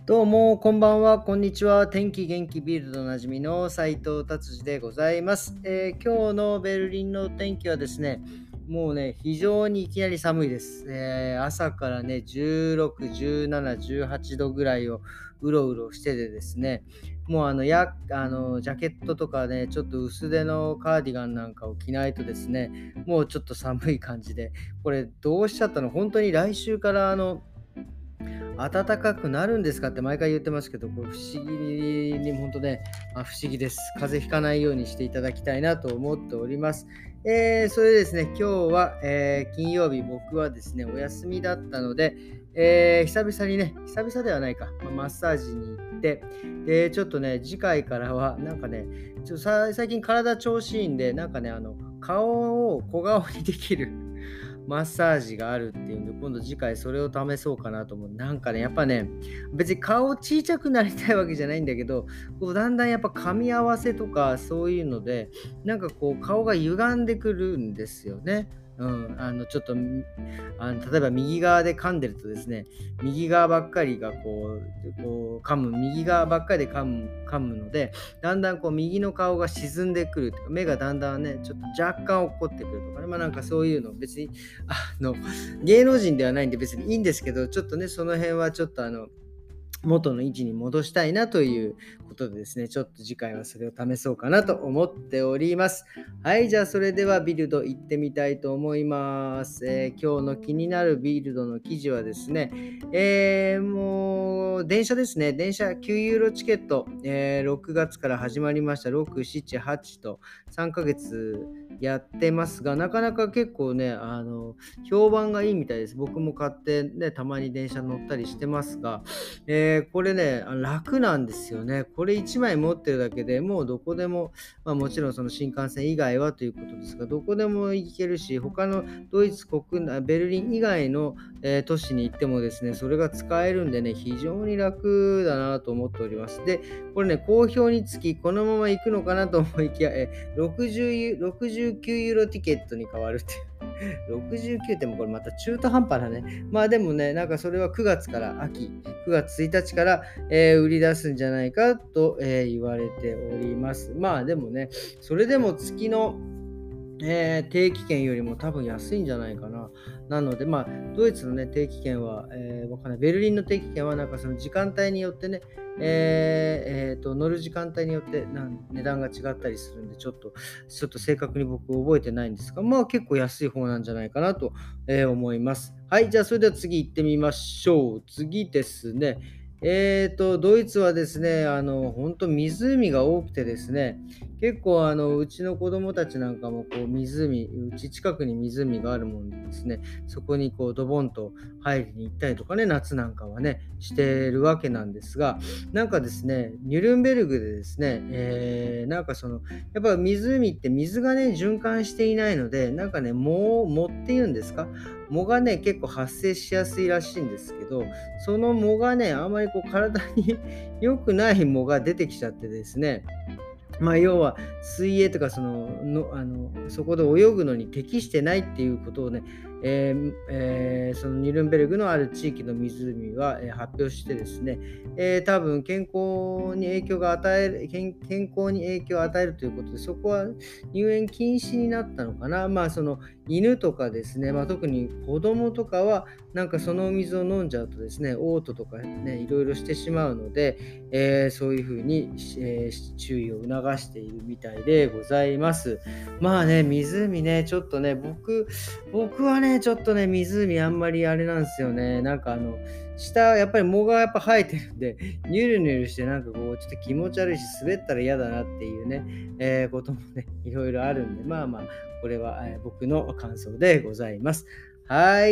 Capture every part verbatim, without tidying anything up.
どうも、こんばんは、こんにちは。天気元気ビルドおなじみの斉藤達治でございます、えー今日のベルリンの天気はですね、もうね、非常にいきなり寒いです。えー朝からね、じゅうろく、じゅうなな、じゅうはちどぐらいをうろうろしててですね、もうあの、や、あの、ジャケットとかね、ちょっと薄手のカーディガンなんかを着ないとですね、もうちょっと寒い感じで、これどうしちゃったの本当に来週からあの、暖かくなるんですかって毎回言ってますけど、これ不思議に本当ね、あ、不思議です。風邪ひかないようにしていただきたいなと思っております。えー、それでですね、今日は、えー金曜日、僕はですね、お休みだったので、えー久々にね、久々ではないか、まあマッサージに行って、で、ちょっとね、次回からは、なんかね、ちょっとさ最近体調子いいんで、なんかね、あの、顔を小顔にできるマッサージがあるっていうんで、今度次回それを試そうかなと思う。なんかね、やっぱね、別に顔小さくなりたいわけじゃないんだけど、こうだんだんやっぱ噛み合わせとかそういうので、なんかこう顔が歪んでくるんですよね。うん、あのちょっとみあの例えば右側で噛んでるとですね、右側ばっかりがこうこう噛む、右側ばっかりで噛む噛むので、だんだんこう右の顔が沈んでくるとか、目がだんだんね、ちょっと若干落っこってくるとかね、まあなんかそういうの、別に、あの、芸能人ではないんで別にいいんですけど、ちょっとね、その辺はちょっとあの、元の位置に戻したいなということでですね、ちょっと次回はそれを試そうかなと思っております。はい、じゃあそれではビルド行ってみたいと思います。えー今日の気になるビルドの記事はですね、えーもう電車ですね、電車きゅうユーロチケット、えーろくがつから始まりました。ろく、しち、はちとさんかげつやってますが、なかなか結構ね、あの、評判がいいみたいです。僕も買ってね、たまに電車乗ったりしてますが、えーこれね、あ楽なんですよね。これいちまい持ってるだけでもうどこでも、まあ、もちろんその新幹線以外はということですが、どこでも行けるし、他のドイツ国内、ベルリン以外の、えー都市に行ってもですね、それが使えるんでね、非常に楽だなと思っております。で、これね、好評につき、このまま行くのかなと思いきや、えーろくじゅうユろくじゅうきゅうユーロティケットに変わるっていう。ろくじゅうきゅうってもこれまた中途半端なね。まあでもね、なんかそれはくがつから秋、くがつついたちから、えー売り出すんじゃないかと、えー言われております。まあでもね、それでも月のえー定期券よりも多分安いんじゃないかな。なので、まあ、ドイツのね、定期券は、えーわかんない。ベルリンの定期券は、なんかその時間帯によってね、えーえーと、乗る時間帯によってなん値段が違ったりするんで、ちょっと、ちょっと正確に僕覚えてないんですが、まあ結構安い方なんじゃないかなと、えー思います。はい、じゃあそれでは次行ってみましょう。次ですね。えーと、ドイツはですね、あの、本当湖が多くてですね、結構あのうちの子供たちなんかもこう湖、うち近くに湖があるもんでですね、そこにこうドボンと入りに行ったりとかね、夏なんかはね、してるわけなんですが、なんかですね、ニュルンベルグでですね、えーなんかその、やっぱ湖って水がね、循環していないので、なんかね、藻、藻っていうんですか、藻がね、結構発生しやすいらしいんですけど、その藻がね、あんまりこう体に良くない藻が出てきちゃってですね、まあ、要は水泳とかそののあのそこで泳ぐのに適してないっていうことをね、えーえーそのニュルンベルグのある地域の湖は、えー発表してですね、えー多分健康に影響が与える健健康に影響を与えるということで、そこは入園禁止になったのかな。まあその犬とかですね、まあ、特に子供とかはなんかそのお水を飲んじゃうとですね、嘔吐とかね、いろいろしてしまうので、えーそういうふうに、えー注意を促しているみたいでございます。まあね、湖ね、ちょっとね、僕、僕はね、ちょっとね、湖あんまりあれなんですよね。なんかあの、下、やっぱり藻がやっぱ生えてるんで、ニュルニュルしてなんかこう、ちょっと気持ち悪いし、滑ったら嫌だなっていうね、えーこともね、いろいろあるんで、まあまあ、これは、えー僕の感想でございます。はい、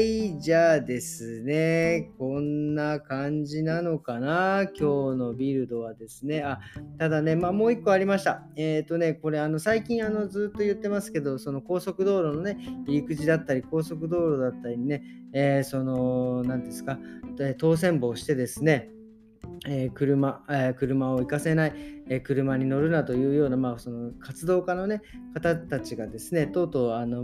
じゃあですね、こんな感じなのかな、今日のビルドはですね。あ、ただね、まあ、もう一個ありました。えっとね、これあの最近あのずっと言ってますけど、その高速道路のね、入り口だったり、高速道路だったりにね、えーその、なんですか、えー当選簿をしてですね、えー車、えー車を行かせない、えー車に乗るなというような、まあ、その活動家の、ね、方たちがですね、とうとうあの、ま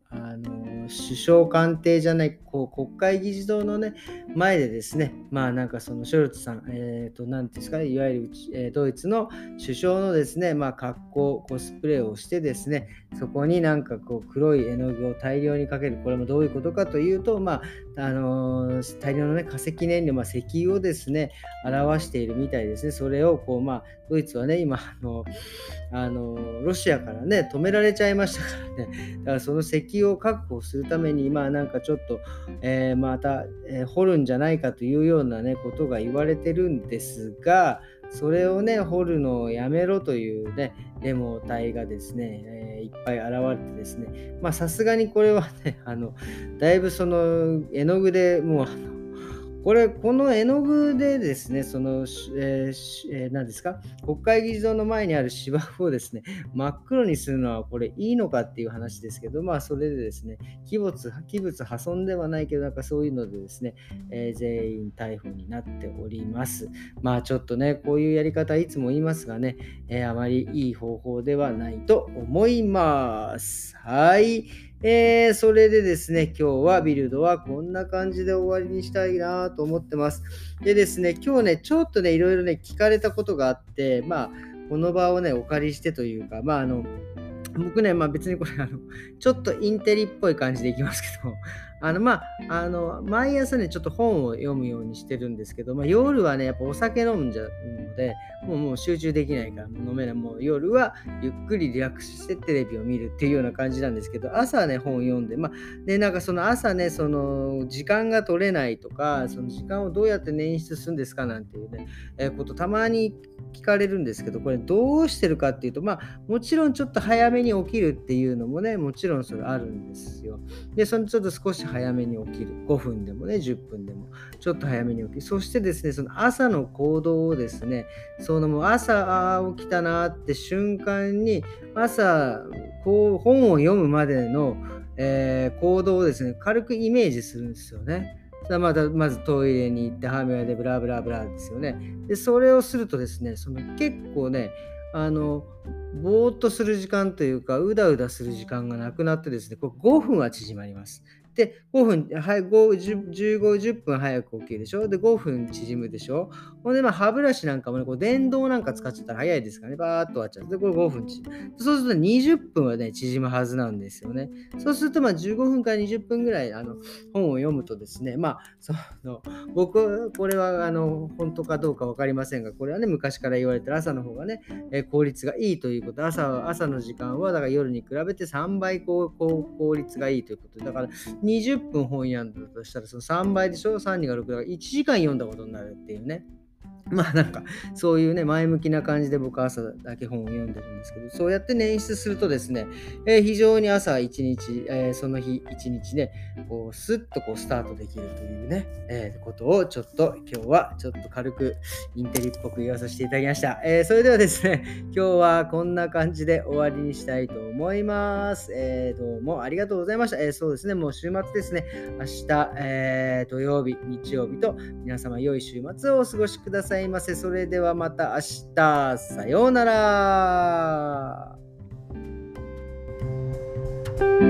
あの首相官邸じゃない、こう国会議事堂のね、前でですね、まあなんかそのショルツさん、えっ、と、なんていうんですかね、いわゆる、えードイツの首相のですね、まあ格好、コスプレをしてですね、そこになんかこう黒い絵の具を大量にかける。これもどういうことかというと、まあ、あのー大量のね、化石燃料、まあ、石油をですね、表しているみたいですね。それをこう、まあ、ドイツはね、今、あの、あのロシアからね、止められちゃいましたからね。だからその石油を確保するために、まあなんかちょっと、えーまた、えー掘るんじゃないかというようなね、ことが言われてるんですが、それをね、掘るのをやめろというね、デモ隊がですね、えーいっぱい現れてですね、まあさすがにこれはね、あの、だいぶその絵の具でもう、あのこれ、この絵の具でですね、その、しえーしえー何ですか、国会議事堂の前にある芝生をですね、真っ黒にするのはこれいいのかっていう話ですけど、まあそれでですね、器物、器物破損ではないけど、なんかそういうのでですね、えー全員逮捕になっております。まあちょっとね、こういうやり方いつも言いますがね、えーあまりいい方法ではないと思います。はい。えー、それでですね、今日はビルドはこんな感じで終わりにしたいなと思ってます。でですね、今日ね、ちょっとね、いろいろね、聞かれたことがあって、まあ、この場をね、お借りしてというか、まあ、あの、僕ね、まあ別にこれ、あの、ちょっとインテリっぽい感じでいきますけど、あの、まあ、あの、毎朝ね、ちょっと本を読むようにしてるんですけど、まあ夜はね、やっぱお酒飲んじゃうので、もうもう集中できないから、もう飲めない。もう夜はゆっくりリラックスしてテレビを見るっていうような感じなんですけど、朝はね、本を読んで、まあ、で、なんかその朝ね、その時間が取れないとか、その時間をどうやって捻出するんですかなんていうね、えーことたまに聞かれるんですけど、これどうしてるかっていうと、まあ、もちろんちょっと早めに起きるっていうのもね、もちろんそれあるんですよ。で、そのちょっと少し早めに起きる。ごふんでもね、じゅっぷんでも、ちょっと早めに起きる。そしてですね、その朝の行動をですね、そのもう朝、あー起きたなーって瞬間に、朝、こう本を読むまでの、えー行動をですね、軽くイメージするんですよね。さあまたまずトイレに行って歯磨いてブラブラブラですよね。で、それをするとですね、その結構ね、あの、ぼーっとする時間というか、うだうだする時間がなくなってですね、これごふんは縮まります。で、ごふん、はい、ご、じゅう、じゅうご、じゅっぷん早く起きるでしょ。で、ごふん縮むでしょ。ほんで、まあ、歯ブラシなんかもね、こう電動なんか使っちゃったら早いですからね、バーっと終わっちゃう。で、これごふん縮む。そうするとにじゅっぷんはね、縮むはずなんですよね。そうすると、まあ、じゅうごふんからにじゅっぷんぐらい、あの、本を読むとですね、まあ、その、僕、これは、あの、本当かどうか分かりませんが、これはね、昔から言われてる朝の方がね、えー効率がいいということ、朝朝の時間はだから夜に比べてさんばいこうこう効率がいいということで、だからにじゅっぷん本読んだとしたらそのさんばいでしょ、さんにがろくだからいちじかん読んだことになるっていうね。まあなんかそういうね前向きな感じで僕は朝だけ本を読んでるんですけど、そうやって捻出するとですね、えー非常に朝一日、えーその日一日ね、こうスッとこうスタートできるというね、えーことをちょっと今日はちょっと軽くインテリっぽく言わさせていただきました。えーそれではですね、今日はこんな感じで終わりにしたいと思います。えーどうもありがとうございました。えーそうですね、もう週末ですね、明日、えー土曜日、日曜日と皆様良い週末をお過ごしくださいませ。それではまた明日。さようなら。